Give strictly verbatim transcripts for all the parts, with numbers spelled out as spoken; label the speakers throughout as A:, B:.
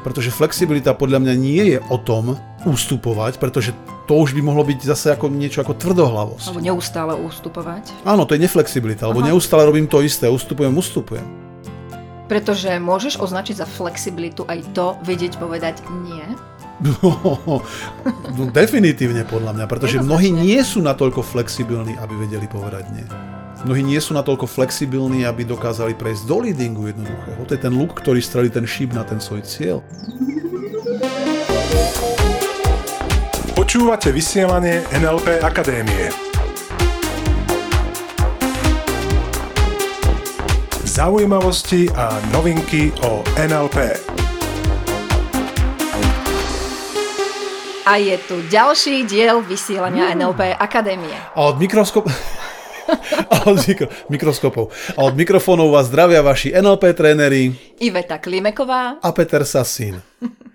A: Pretože flexibilita podľa mňa nie je o tom ústupovať, pretože to už by mohlo byť zase ako niečo ako tvrdohlavosť.
B: Alebo neustále ústupovať.
A: Áno, to je neflexibilita, alebo neustále robím to isté, ustupujem, ustupujem.
B: Pretože môžeš označiť za flexibilitu aj to vedieť povedať nie?
A: No, no definitívne podľa mňa, pretože mnohí nie sú natoľko flexibilní, aby vedeli povedať nie. Mnohí nie sú natoľko flexibilní, aby dokázali prejsť do leadingu jednoduchého. To je ten luk, ktorý strelí ten šíp na ten svoj cieľ.
C: Počúvate vysielanie en el pé Akadémie. Zaujímavosti a novinky o en el pé.
B: A je tu ďalší diel vysielania mm. en el pé Akadémie.
A: A od mikroskop... A od mikro... mikroskopov. A od mikrofónov vás zdravia vaši en el pé tréneri
B: Iveta Klimeková
A: a Peter Sasín.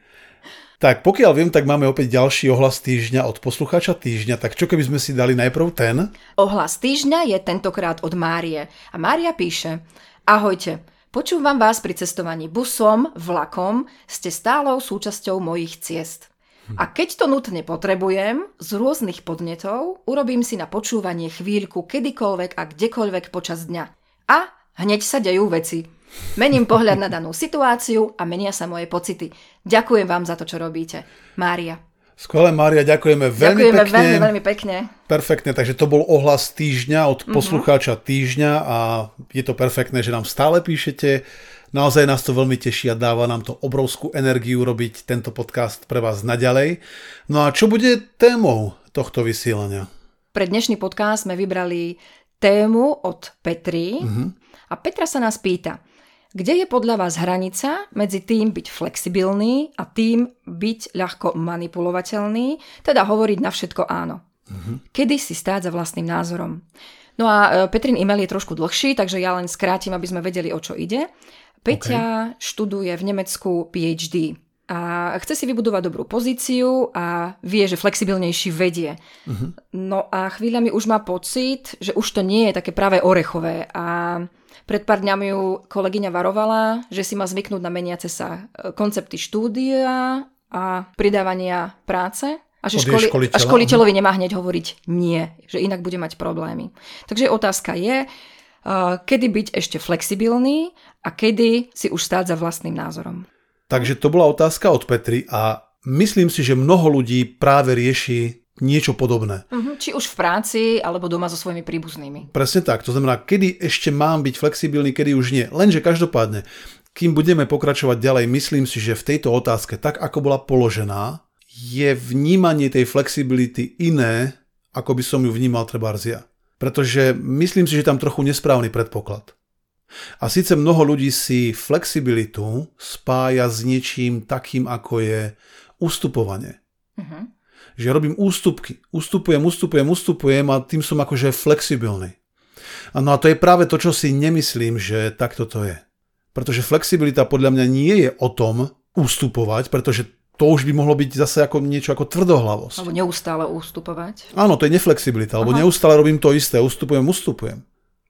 A: Tak pokiaľ viem, tak máme opäť ďalší ohlas týždňa od poslucháča týždňa. Tak čo keby sme si dali najprv ten?
B: Ohlas týždňa je tentokrát od Márie. A Mária píše: Ahojte, počúvam vás pri cestovaní busom, vlakom, ste stálou súčasťou mojich ciest. A keď to nutne potrebujem, z rôznych podnetov, urobím si na počúvanie chvíľku kedykoľvek a kdekoľvek počas dňa. A hneď sa dejú veci. Mením pohľad na danú situáciu a menia sa moje pocity. Ďakujem vám za to, čo robíte. Mária.
A: Skvelé, Mária, ďakujeme veľmi
B: ďakujeme
A: pekne.
B: veľmi, veľmi pekne.
A: Perfektne, takže to bol ohlas týždňa od poslucháča týždňa a je to perfektné, že nám stále píšete. Naozaj nás to veľmi teší a dáva nám to obrovskú energiu robiť tento podcast pre vás naďalej. No a čo bude témou tohto vysielania?
B: Pre dnešný podcast sme vybrali tému od Petry uh-huh. a Petra sa nás pýta, kde je podľa vás hranica medzi tým byť flexibilný a tým byť ľahko manipulovateľný, teda hovoriť na všetko áno. Uh-huh. Kedy si stáť za vlastným názorom? No a Petrin e-mail je trošku dlhší, takže ja len skrátim, aby sme vedeli, o čo ide. Peťa okay. študuje v Nemecku pé há dé a chce si vybudovať dobrú pozíciu a vie, že flexibilnejší vedie. Uh-huh. No a chvíľami už má pocit, že už to nie je také práve orechové a pred pár dňami ju kolegyňa varovala, že si má zvyknúť na meniace sa koncepty štúdia a pridávania práce a že školi- školiteľa. A školiteľovi nemá hneď hovoriť nie, že inak bude mať problémy. Takže otázka je, kedy byť ešte flexibilný a kedy si už stáť za vlastným názorom.
A: Takže to bola otázka od Petry a myslím si, že mnoho ľudí práve rieši niečo podobné.
B: Uh-huh, či už v práci, alebo doma so svojimi príbuznými.
A: Presne tak, to znamená, kedy ešte mám byť flexibilný, kedy už nie. Lenže každopádne, kým budeme pokračovať ďalej, myslím si, že v tejto otázke, tak ako bola položená, je vnímanie tej flexibility iné, ako by som ju vnímal trebárs ja. Pretože myslím si, že tam trochu nesprávny predpoklad. A síce mnoho ľudí si flexibilitu spája s niečím takým, ako je ustupovanie. Uh-huh. Že robím ústupky. Ustupujem, ustupujem, ustupujem a tým som akože flexibilný. A no a to je práve to, čo si nemyslím, že takto to je. Pretože flexibilita podľa mňa nie je o tom ustupovať, pretože to už by mohlo byť zase ako niečo ako tvrdohlavosť.
B: Alebo neustále ústupovať.
A: Áno, to je neflexibilita, alebo neustále robím to isté, ustupujem, ustupujem.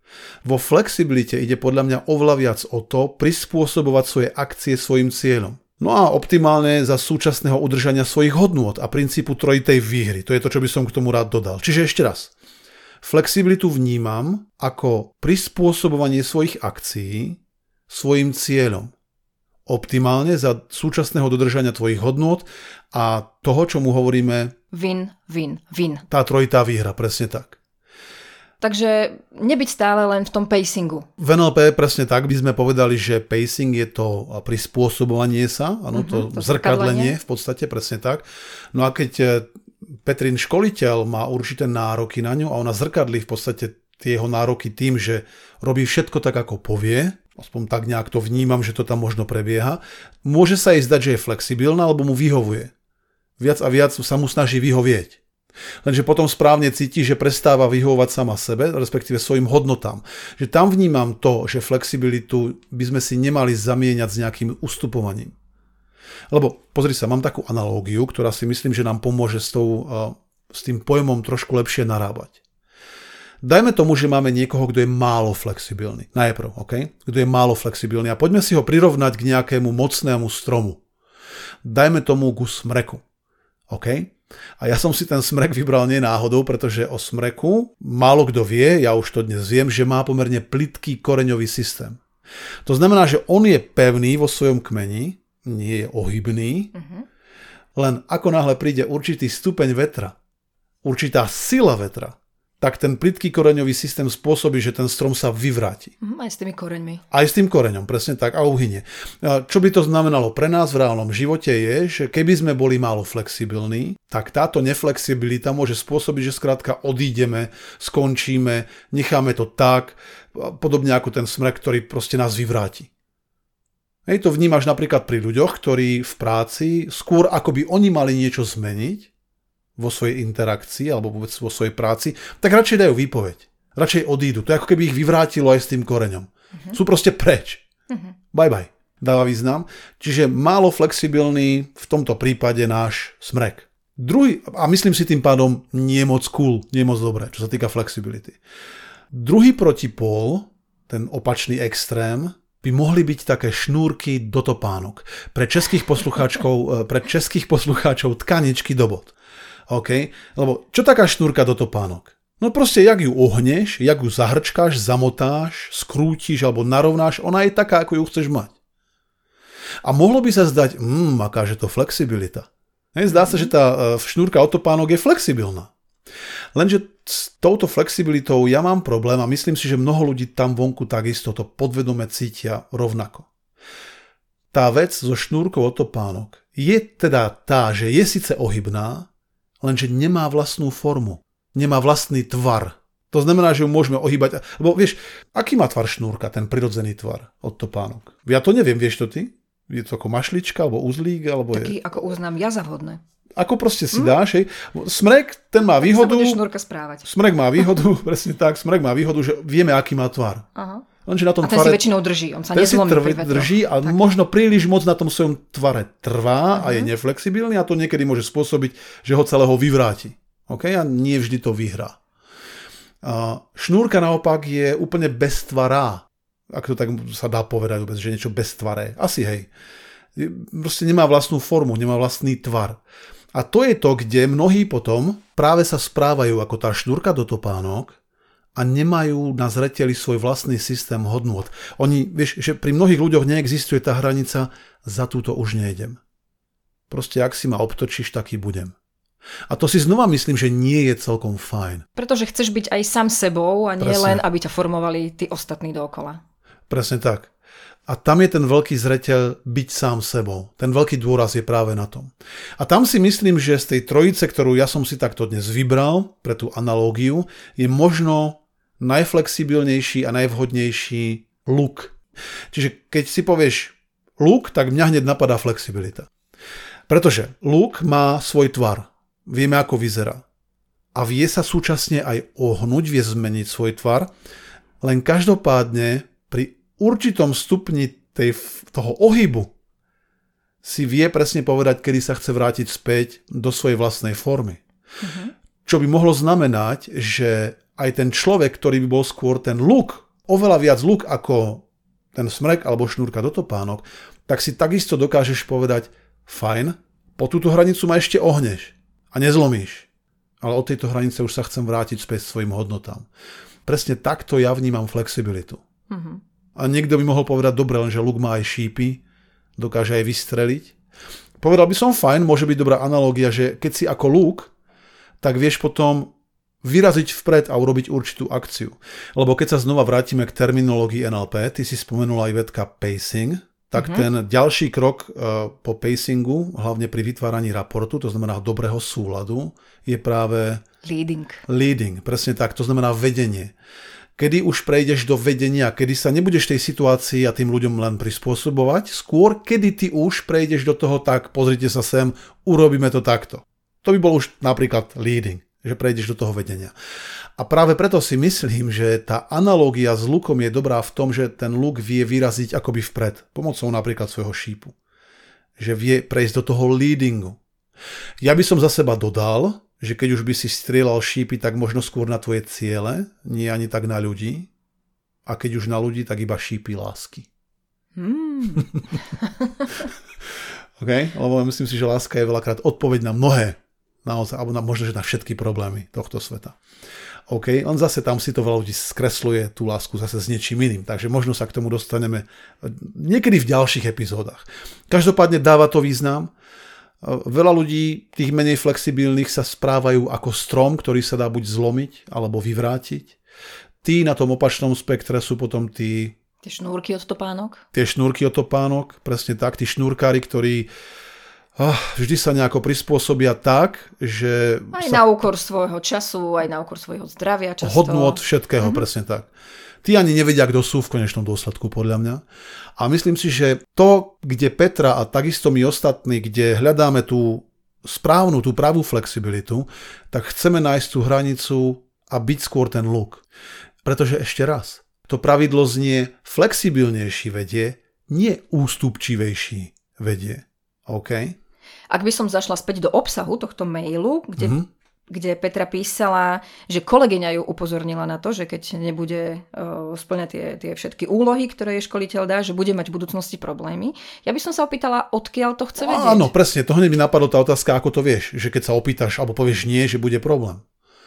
A: Vo flexibilite ide podľa mňa oveľa viac o to prispôsobovať svoje akcie svojim cieľom. No a optimálne za súčasného udržania svojich hodnôt a princípu trojitej výhry. To je to, čo by som k tomu rád dodal. Čiže ešte raz. Flexibilitu vnímam ako prispôsobovanie svojich akcií svojim cieľom. Optimálne za súčasného dodržania tvojich hodnôt a toho, čo mu hovoríme
B: win, win, win.
A: Tá trojitá výhra, presne tak.
B: Takže nebyť stále len v tom pacingu.
A: V en el pé presne tak by sme povedali, že pacing je to prispôsobovanie sa, áno, uh-huh, to, to zrkadlenie v podstate, presne tak. No a keď Petrin školiteľ má určité nároky na ňu a ona zrkadlí v podstate tie jeho nároky tým, že robí všetko tak, ako povie, aspoň tak nejak to vnímam, že to tam možno prebieha, môže sa jej zdať, že je flexibilná, alebo mu vyhovuje. Viac a viac sa mu snaží vyhovieť. Lenže potom správne cíti, že prestáva vyhovovať sama sebe, respektíve svojim hodnotám. Že tam vnímam to, že flexibilitu by sme si nemali zamieňať s nejakým ustupovaním. Lebo pozri sa, mám takú analógiu, ktorá si myslím, že nám pomôže s, tou, s tým pojmom trošku lepšie narábať. Dajme tomu, že máme niekoho, kto je málo flexibilný. Najprv, OK? Kto je málo flexibilný. A poďme si ho prirovnať k nejakému mocnému stromu. dajme tomu ku smreku. OK? A ja som si ten smrek vybral nie náhodou, pretože o smreku málo kto vie, ja už to dnes viem, že má pomerne plytký koreňový systém. To znamená, že on je pevný vo svojom kmeni, nie je ohybný, uh-huh. len ako náhle príde určitý stupeň vetra, určitá sila vetra, tak ten plytký koreňový systém spôsobí, že ten strom sa vyvráti.
B: Uh-huh, aj s tými koreňmi.
A: Aj s tým koreňom, presne tak, a uhynie. Čo by to znamenalo pre nás v reálnom živote je, že keby sme boli málo flexibilní, tak táto neflexibilita môže spôsobiť, že skrátka odídeme, skončíme, necháme to tak, podobne ako ten smrek, ktorý proste nás vyvráti. Hej, to vnímaš napríklad pri ľuďoch, ktorí v práci, skôr ako by oni mali niečo zmeniť vo svojej interakcii alebo vôbec vo svojej práci, tak radšej dajú výpoveď. Radšej odídu. To je ako keby ich vyvrátilo aj s tým koreňom. Uh-huh. Sú proste preč. Uh-huh. Bye bye. Dáva význam. Čiže málo flexibilný v tomto prípade náš smrek. Druhý, a myslím si tým pádom nie moc cool, nie moc dobré, čo sa týka flexibility. Druhý protipól, ten opačný extrém, by mohli byť také šnúrky do topánok. Pre českých poslucháčov, pre českých poslucháčov tkaničky do bod. OK? Lebo čo taká šnúrka do topánok? No proste, jak ju ohneš, jak ju zahrčkáš, zamotáš, skrútiš alebo narovnáš, ona je taká, ako ju chceš mať. A mohlo by sa zdať, mmm, akáže to flexibilita. Hej, zdá sa, že tá šnúrka od topánok je flexibilná. Lenže s touto flexibilitou ja mám problém a myslím si, že mnoho ľudí tam vonku takisto to podvedome cítia rovnako. Tá vec so šnúrkou od topánok je teda tá, že je síce ohybná, lenže nemá vlastnú formu, nemá vlastný tvar. To znamená, že ju môžeme ohýbať. Lebo vieš, aký má tvar šnúrka, ten prirodzený tvar od topánok? Ja to neviem, vieš to ty? Je to ako mašlička, alebo uzlík, alebo
B: taký, je... ako uznám ja za vhodné.
A: Ako proste si mm. dáš, hej. Smrek, ten má výhodu...
B: Tak sa bude šnúrka správať.
A: Smrek má výhodu, presne tak, smrek má výhodu, že vieme, aký má tvar.
B: Aha.
A: Lenže na tom
B: a ten
A: tvare,
B: si väčšinou drží, on sa nezlomí pri vetroch.
A: Drží a tak. Možno príliš moc na tom svojom tvare trvá uh-huh. a je neflexibilný a to niekedy môže spôsobiť, že ho celého vyvráti. Okay? A nie vždy to vyhrá. A šnúrka naopak je úplne beztvará. Ak to tak sa dá povedať vôbec, že niečo beztvaré. Asi hej. Proste nemá vlastnú formu, nemá vlastný tvar. A to je to, kde mnohí potom práve sa správajú ako tá šnúrka do topánok a nemajú na zreteli svoj vlastný systém hodnôt. Oni, vieš, že pri mnohých ľuďoch neexistuje tá hranica, za túto už nejdem. Proste ak si ma obtočíš, taký budem. A to si znova myslím, že nie je celkom fajn.
B: Pretože chceš byť aj sám sebou a nie Presne. Len, aby ťa formovali tí ostatní dookola.
A: Presne tak. A tam je ten veľký zreteľ byť sám sebou. Ten veľký dôraz je práve na tom. A tam si myslím, že z tej trojice, ktorú ja som si takto dnes vybral pre tú analógiu, je možno najflexibilnejší a najvhodnejší look. Čiže keď si povieš look, tak mňa hneď napadá flexibilita. Pretože look má svoj tvar. Vieme, ako vyzerá. A vie sa súčasne aj ohnúť, vie zmeniť svoj tvar. Len každopádne pri určitom stupni tej, toho ohybu si vie presne povedať, kedy sa chce vrátiť späť do svojej vlastnej formy. Mhm. Čo by mohlo znamenať, že aj ten človek, ktorý by bol skôr ten look, oveľa viac look ako ten smrek alebo šnúrka do topánok, tak si takisto dokážeš povedať, fajn, po túto hranicu ma ešte ohneš a nezlomíš. Ale od tejto hranice už sa chcem vrátiť späť svojim hodnotám. Presne takto ja vnímam flexibilitu. Mhm. A niekto by mohol povedať, dobre, lenže luk má aj šípy, dokáže aj vystreliť. Povedal by som, fajn, môže byť dobrá analogia, že keď si ako luk, tak vieš potom vyraziť vpred a urobiť určitú akciu. Lebo keď sa znova vrátime k terminológii en el pé, ty si spomenula aj vedka pacing, tak mm-hmm. ten ďalší krok uh, po pacingu, hlavne pri vytváraní raportu, to znamená dobrého súladu, je práve
B: leading.
A: Leading, presne tak, to znamená vedenie. Kedy už prejdeš do vedenia, kedy sa nebudeš tej situácii a tým ľuďom len prispôsobovať, skôr kedy ty už prejdeš do toho tak, pozrite sa sem, urobíme to takto. To by bol už napríklad leading, že prejdeš do toho vedenia. A práve preto si myslím, že tá analógia s lukom je dobrá v tom, že ten luk vie vyraziť akoby vpred, pomocou napríklad svojho šípu. Že vie prejsť do toho leadingu. Ja by som za seba dodal, že keď už by si strieľal šípy, tak možno skôr na tvoje ciele, nie ani tak na ľudí. A keď už na ľudí, tak iba šípy lásky. Hmm. Okay? Lebo myslím si, že láska je veľakrát odpoveď na mnohé, naozaj, alebo na, možno, že na všetky problémy tohto sveta. OK, on zase tam si to veľa ľudí skresluje tú lásku zase s niečím iným, takže možno sa k tomu dostaneme niekedy v ďalších epizódach. Každopádne dáva to význam. Veľa ľudí, tých menej flexibilných, sa správajú ako strom, ktorý sa dá buď zlomiť, alebo vyvrátiť. Tí na tom opačnom spektre sú potom tí...
B: Tie šnúrky od topánok.
A: Tie šnúrky od topánok, presne tak, tí šnúrkári, ktorí Oh, vždy sa nejako prispôsobia tak, že...
B: Aj
A: sa...
B: na úkor svojho času, aj na úkor svojho zdravia často.
A: Hodnú od všetkého, mm-hmm. presne tak. Tí ani nevedia, kto sú v konečnom dôsledku, podľa mňa. A myslím si, že to, kde Petra a takisto my ostatní, kde hľadáme tú správnu, tú pravú flexibilitu, tak chceme nájsť tú hranicu a byť skôr ten luk. Pretože ešte raz, to pravidlo znie flexibilnejší vedie, nie ústupčivejší vedie. OK?
B: Ak by som zašla späť do obsahu tohto mailu, kde,
A: mm-hmm.
B: kde Petra písala, že kolegyňa ju upozornila na to, že keď nebude uh, spĺňať tie, tie všetky úlohy, ktoré jej školiteľ dá, že bude mať v budúcnosti problémy. Ja by som sa opýtala, odkiaľ to chce vedieť.
A: Áno, presne, to hneď mi napadlo tá otázka, ako to vieš, že keď sa opýtaš alebo povieš nie, že bude problém.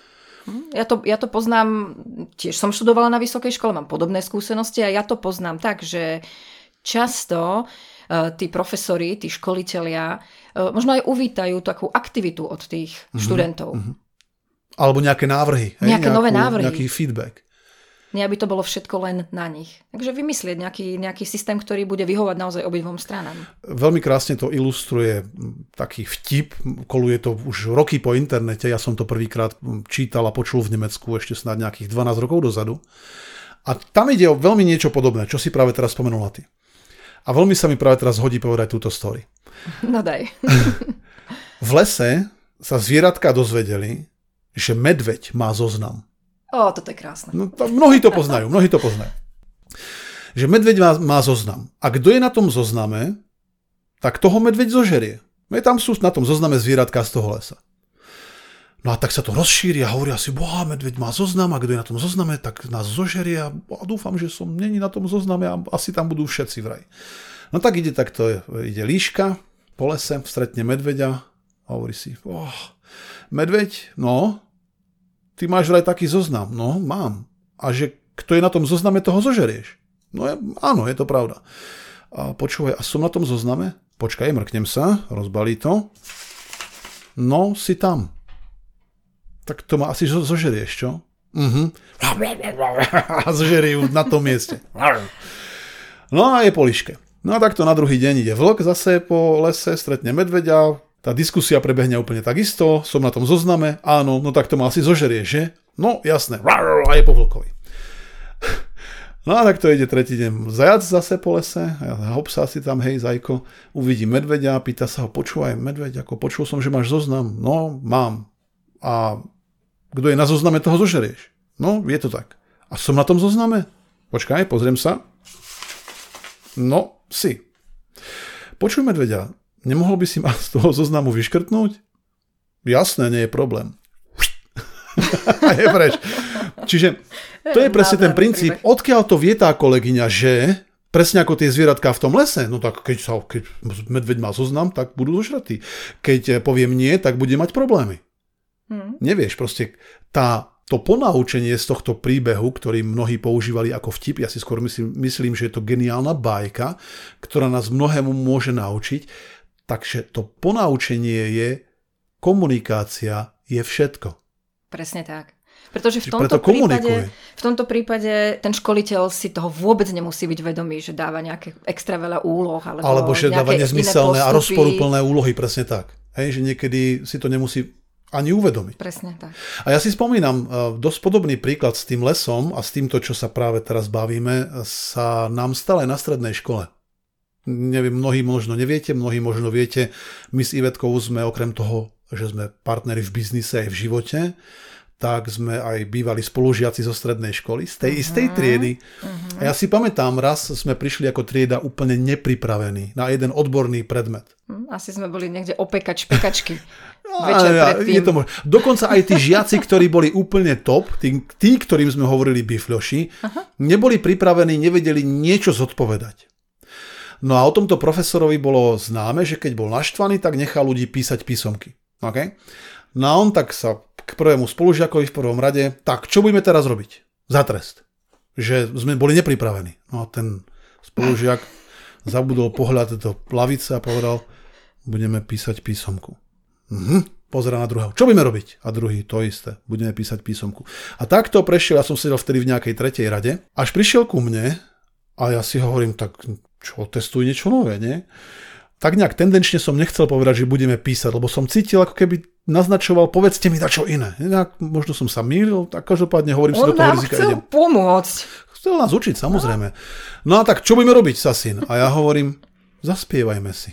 B: Ja to, ja to poznám, tiež som študovala na vysokej škole, mám podobné skúsenosti a ja to poznám tak, že často tí profesori, tí školitelia možno aj uvítajú takú aktivitu od tých mm-hmm. študentov. Mm-hmm.
A: Alebo nejaké návrhy.
B: Nejaké
A: hej,
B: nové
A: nejakú,
B: návrhy.
A: Nejaký feedback.
B: Nie, aby to bolo všetko len na nich. Takže vymyslieť nejaký, nejaký systém, ktorý bude vyhovať naozaj obidvom stranám. Veľmi
A: krásne to ilustruje taký vtip, koluje to už roky po internete, ja som to prvýkrát čítal a počul v Nemecku ešte snad nejakých dvanásť rokov dozadu. A tam ide o veľmi niečo podobné, čo si práve teraz spomenula ty. A veľmi sa mi práve teraz hodí povedať túto story.
B: No daj.
A: V lese sa zvieratka dozvedeli, že medveď má zoznam.
B: Ó, toto je krásne.
A: No, to, mnohí to poznajú, mnohí to poznajú. Že medveď má, má zoznam. A kto je na tom zozname, tak toho medveď zožerie. No, tam sú na tom zozname zvieratka z toho lesa. No a tak sa to rozšíri a hovoria si, boha, medveď má zoznam a kto je na tom zozname, tak nás zožerie a dúfam, že som není na tom zozname a asi tam budú všetci vraj. No tak ide takto, ide líška po lese, stretne medveďa a hovorí si, oh, medveď, no, ty máš vraj taký zoznam. No, mám. A že kto je na tom zozname, toho zožerieš. No je, áno, je to pravda. A počúvaj, a som na tom zozname? Počkaj, mrknem sa, rozbalí to. No, si tam. Tak to ma asi zožerieš, čo? Mhm. Zožerie ju na tom mieste. No a je po liške. No a takto na druhý deň ide vlk zase po lese, stretne medveďa. Tá diskusia prebehne úplne takisto. Som na tom zozname. Áno, no tak to ma asi zožerie, že? No, jasné. A je po vlkovi. No a takto ide tretí deň zajac zase po lese. Hopsá si tam, hej, zajko. Uvidí medveďa, pýta sa ho, počúvaj, medveď, ako počul som, že máš zoznam. No, mám. A kto je na zozname, toho zožerieš. No, je to tak. A som na tom zozname? Počkaj, pozriem sa. No, si. Počuj, medveďa, nemohol by si ma z toho zoznamu vyškrtnúť? Jasné, nie je problém. A je preč. Čiže to je presne ten princíp, odkiaľ to vie tá kolegyňa, že presne ako tie zvieratká v tom lese, no tak keď, sa, keď medveď má zoznam, tak budú zožratí. Keď poviem nie, tak bude mať problémy. Hmm. Nevieš, proste tá, to ponaučenie z tohto príbehu, ktorý mnohí používali ako vtip, ja si skôr myslím, myslím, že je to geniálna bajka, ktorá nás mnohému môže naučiť, takže to ponaučenie je, komunikácia je všetko.
B: Presne tak. Pretože v tomto, prípade, v tomto prípade ten školiteľ si toho vôbec nemusí byť vedomý, že dáva nejaké extra veľa úloh. Alebo,
A: alebo že dáva nezmyselné a rozporuplné úlohy, presne tak. Hej, že niekedy si to nemusí ani uvedomiť.
B: Presne tak.
A: A ja si spomínam, dosť podobný príklad s tým lesom a s týmto, čo sa práve teraz bavíme, sa nám stalo aj na strednej škole. Neviem, mnohí možno neviete, mnohí možno viete, my s Ivetkou sme okrem toho, že sme partneri v biznise aj v živote, tak sme aj bývali spolužiaci zo strednej školy, z tej uh-huh. istej triedy. Uh-huh. A ja si pamätám, raz sme prišli ako trieda úplne nepripravení na jeden odborný predmet.
B: Asi sme boli niekde opekať špekačky.
A: Večer predtým. Je to možné. Dokonca aj tí žiaci, ktorí boli úplne top, tí, tí ktorým sme hovorili bifľoši, uh-huh. neboli pripravení, nevedeli niečo zodpovedať. No a o tomto profesorovi bolo známe, že keď bol naštvaný, tak nechal ľudí písať písomky. Okay? No a on tak sa k prvému spolužiakovi v prvom rade, tak čo budeme teraz robiť? Za trest. Že sme boli nepripravení. No a ten spolužiak zabudol pohľad do lavice a povedal, budeme písať písomku. Mhm. Pozerá na druhého. Čo budeme robiť? A druhý, to isté. Budeme písať písomku. A takto prešiel, ja som sedel vtedy v nejakej tretej rade, až prišiel ku mne a ja si hovorím, tak čo, testuj niečo nové, nie? Tak nejak tendenčne som nechcel povedať, že budeme písať, lebo som cítil, ako keby naznačoval, povedzte mi dačo iné. Nejak, možno som sa mýlil, tak každopádne hovorím si do toho rizika.
B: On nám chcel pomôcť.
A: Chcel nás učiť, samozrejme. No a tak, čo budeme robiť, Sasin? A ja hovorím, zaspievajme si.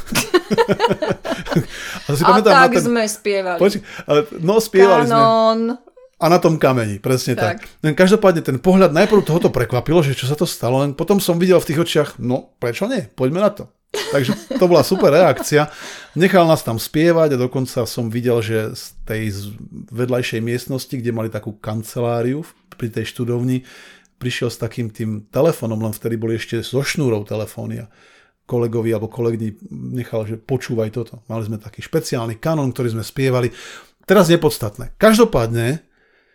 B: a si a tak ten... sme spievali.
A: Počkej, no spievali
B: Kanon.
A: sme. A na tom kameni, presne tak. tak. Každopádne ten pohľad najprv tohoto prekvapilo, že čo sa to stalo, len potom som videl v tých očiach, no prečo nie, poďme na to. Takže to bola super reakcia. Nechal nás tam spievať a dokonca som videl, že z tej vedľajšej miestnosti, kde mali takú kanceláriu pri tej študovni, prišiel s takým tým telefónom, len vtedy boli ešte so šnúrou telefóny a kolegovi alebo kolegni nechal, že počúvaj toto. Mali sme taký špeciálny kanon, ktorý sme spievali. Teraz nepodstatné. Každopádne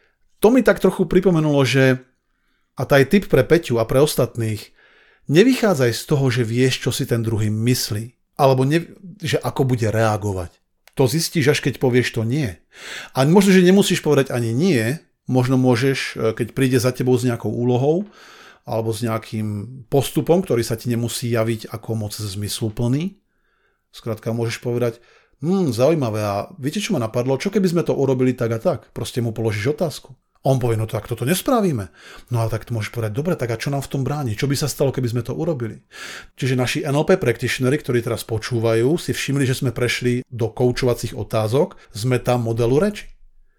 A: to mi tak trochu pripomenulo, že a to je tip pre Peťu a pre ostatných, nevychádzaj z toho, že vieš, čo si ten druhý myslí, alebo ne, že ako bude reagovať. To zistíš, až keď povieš to nie. A možno, že nemusíš povedať ani nie, možno môžeš, keď príde za tebou s nejakou úlohou, alebo s nejakým postupom, ktorý sa ti nemusí javiť ako moc zmysluplný. Skrátka, môžeš povedať, hm, zaujímavé, a viete, čo ma napadlo? Čo keby sme to urobili tak a tak? Proste mu položíš otázku. On povie, no tak toto nespravíme. No a tak to môžeš povedať, dobre, tak a čo nám v tom bráni? Čo by sa stalo, keby sme to urobili? Čiže naši en el pé practitioneri, ktorí teraz počúvajú, si všimli, že sme prešli do koučovacích otázok z meta modelu reči.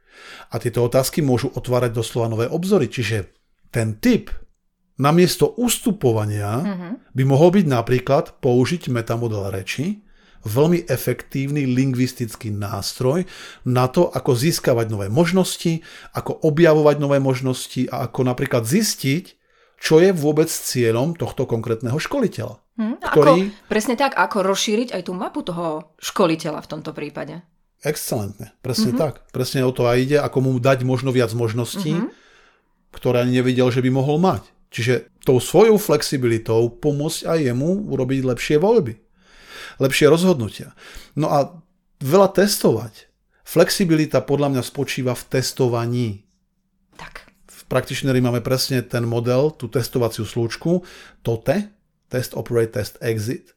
A: A tieto otázky môžu otvárať doslova nové obzory. Čiže ten tip namiesto ustupovania mm-hmm. by mohol byť napríklad použiť metamodel reči, veľmi efektívny lingvistický nástroj na to, ako získavať nové možnosti, ako objavovať nové možnosti a ako napríklad zistiť, čo je vôbec cieľom tohto konkrétneho školiteľa.
B: Hmm, ktorý... ako, presne tak, ako rozšíriť aj tú mapu toho školiteľa v tomto prípade.
A: Excelentne, presne mm-hmm. tak. Presne o to aj ide, ako mu dať možno viac možností, mm-hmm. ktoré ani nevedel, že by mohol mať. Čiže tou svojou flexibilitou pomôcť aj jemu urobiť lepšie voľby. Lepšie rozhodnutia. No a veľa testovať. Flexibilita podľa mňa spočíva v testovaní.
B: Tak.
A: V Practitioneri máme presne ten model, tú testovaciu slúčku, té o té, Test, Operate, Test, Exit,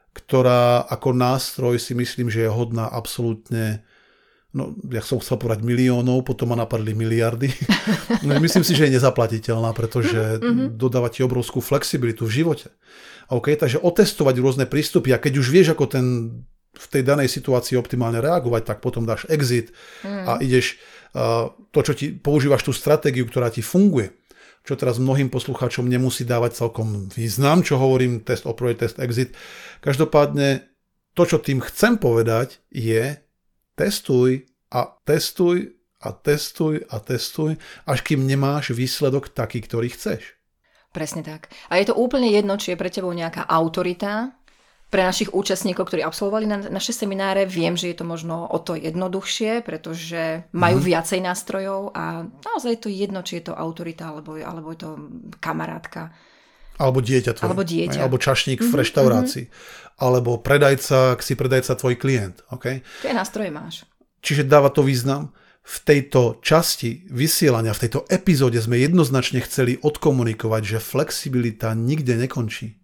A: ktorá ako nástroj si myslím, že je hodná absolútne, no ja som chcel povedať miliónov, potom ma napadli miliardy. Myslím si, že je nezaplatiteľná, pretože mm-hmm. dodáva ti obrovskú flexibilitu v živote. OK, takže otestovať rôzne prístupy a keď už vieš, ako ten v tej danej situácii optimálne reagovať, tak potom dáš exit mm. a ideš uh, to, čo ti používaš tú stratégiu, ktorá ti funguje, čo teraz mnohým poslucháčom nemusí dávať celkom význam, čo hovorím test, operate, test, exit. Každopádne to, čo tým chcem povedať, je testuj a testuj a testuj a testuj, až kým nemáš výsledok taký, ktorý chceš.
B: Presne tak. A je to úplne jedno, či je pre tebou nejaká autorita. Pre našich účastníkov, ktorí absolvovali na naše semináre, viem, že je to možno o to jednoduchšie, pretože majú mm. viacej nástrojov a naozaj je to jedno, či je to autorita, alebo, alebo je to kamarátka.
A: Alebo dieťa tvoje.
B: Alebo dieťa.
A: Alebo čašník mm-hmm, v reštaurácii. Mm-hmm. Alebo predajca, ak si predajca tvoj klient. Okay?
B: Tie nástroje máš.
A: Čiže dáva to význam. V tejto časti vysielania, v tejto epizóde sme jednoznačne chceli odkomunikovať, že flexibilita nikde nekončí.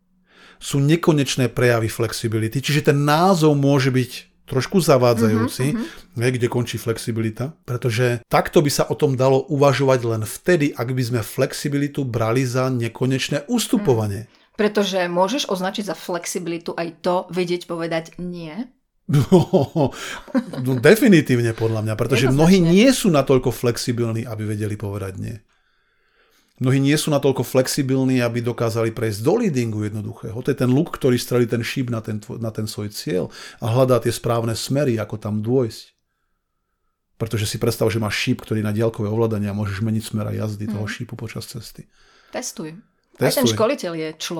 A: Sú nekonečné prejavy flexibility, čiže ten názov môže byť trošku zavádzajúci, mm-hmm. kde končí flexibilita, pretože takto by sa o tom dalo uvažovať len vtedy, ak by sme flexibilitu brali za nekonečné ustupovanie.
B: Mm. Pretože môžeš označiť za flexibilitu aj to vedieť povedať nie?
A: No, no definitívne podľa mňa, pretože mnohí nie sú natoľko flexibilní, aby vedeli povedať nie. Mnohí nie sú natoľko flexibilní, aby dokázali prejsť do leadingu jednoduchého. To je ten luk, ktorý strelí ten šíp na ten, na ten svoj cieľ a hľadá tie správne smery, ako tam dôjsť. Pretože si predstav, že máš šíp, ktorý na diaľkové ovládanie a môžeš meniť smer a jazdy hmm. toho šípu počas cesty.
B: Testuj.
A: Testuj.
B: Aj ten školiteľ je človek.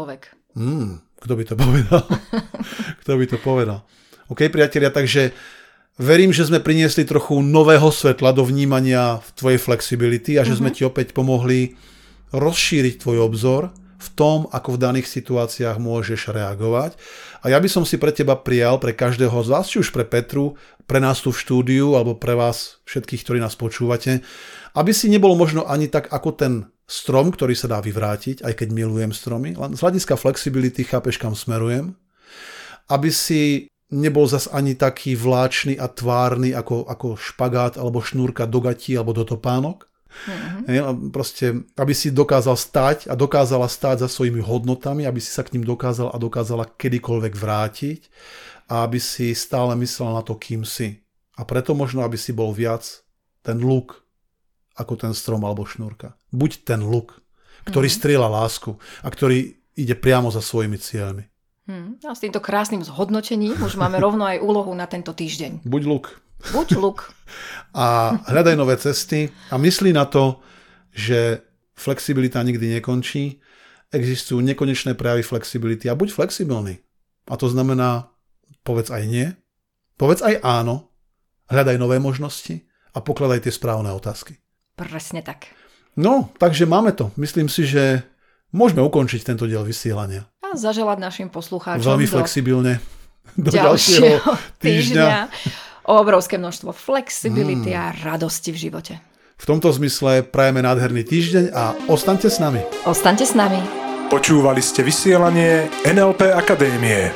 A: Hmm, kto by to povedal? Kto by to povedal? OK, priatelia, takže verím, že sme priniesli trochu nového svetla do vnímania v tvojej flexibility a že mm-hmm. sme ti opäť pomohli rozšíriť tvoj obzor v tom, ako v daných situáciách môžeš reagovať. A ja by som si pre teba prijal, pre každého z vás, či už pre Petru, pre nás tu v štúdiu, alebo pre vás všetkých, ktorí nás počúvate, aby si nebol možno ani tak ako ten strom, ktorý sa dá vyvrátiť, aj keď milujem stromy, len z hľadiska flexibility chápeš, kam smerujem, aby si nebol zas ani taký vláčny a tvárny ako, ako špagát alebo šnúrka do gatí alebo do topánok. Mm-hmm. Proste, aby si dokázal stať a dokázala stáť za svojimi hodnotami, aby si sa k ním dokázal a dokázala kedykoľvek vrátiť a aby si stále myslel na to, kým si. A preto možno, aby si bol viac ten luk ako ten strom alebo šnúrka. Buď ten luk, ktorý mm-hmm. strieľa lásku a ktorý ide priamo za svojimi cieľmi.
B: Hmm, a s týmto krásnym zhodnotením už máme rovno aj úlohu na tento týždeň.
A: Buď luk.
B: Buď luk.
A: A hľadaj nové cesty a myslí na to, že flexibilita nikdy nekončí. Existujú nekonečné prejavy flexibility a buď flexibilný. A to znamená, povedz aj nie, povedz aj áno, hľadaj nové možnosti a pokladaj tie správne otázky.
B: Presne tak.
A: No, takže máme to. Myslím si, že môžeme ukončiť tento diel vysielania.
B: A zaželať našim poslucháčom
A: veľmi flexibilne do
B: ďalšieho,
A: ďalšieho týždňa.
B: týždňa o obrovské množstvo flexibility mm. a radosti v živote.
A: V tomto zmysle prajeme nádherný týždeň a ostaňte s nami.
B: Ostaňte s nami.
C: Počúvali ste vysielanie en el pé Akadémie.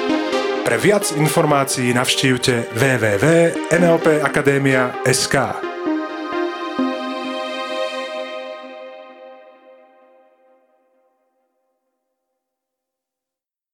C: Pre viac informácií navštívte w w w bodka en el pé akadémia bodka es ká.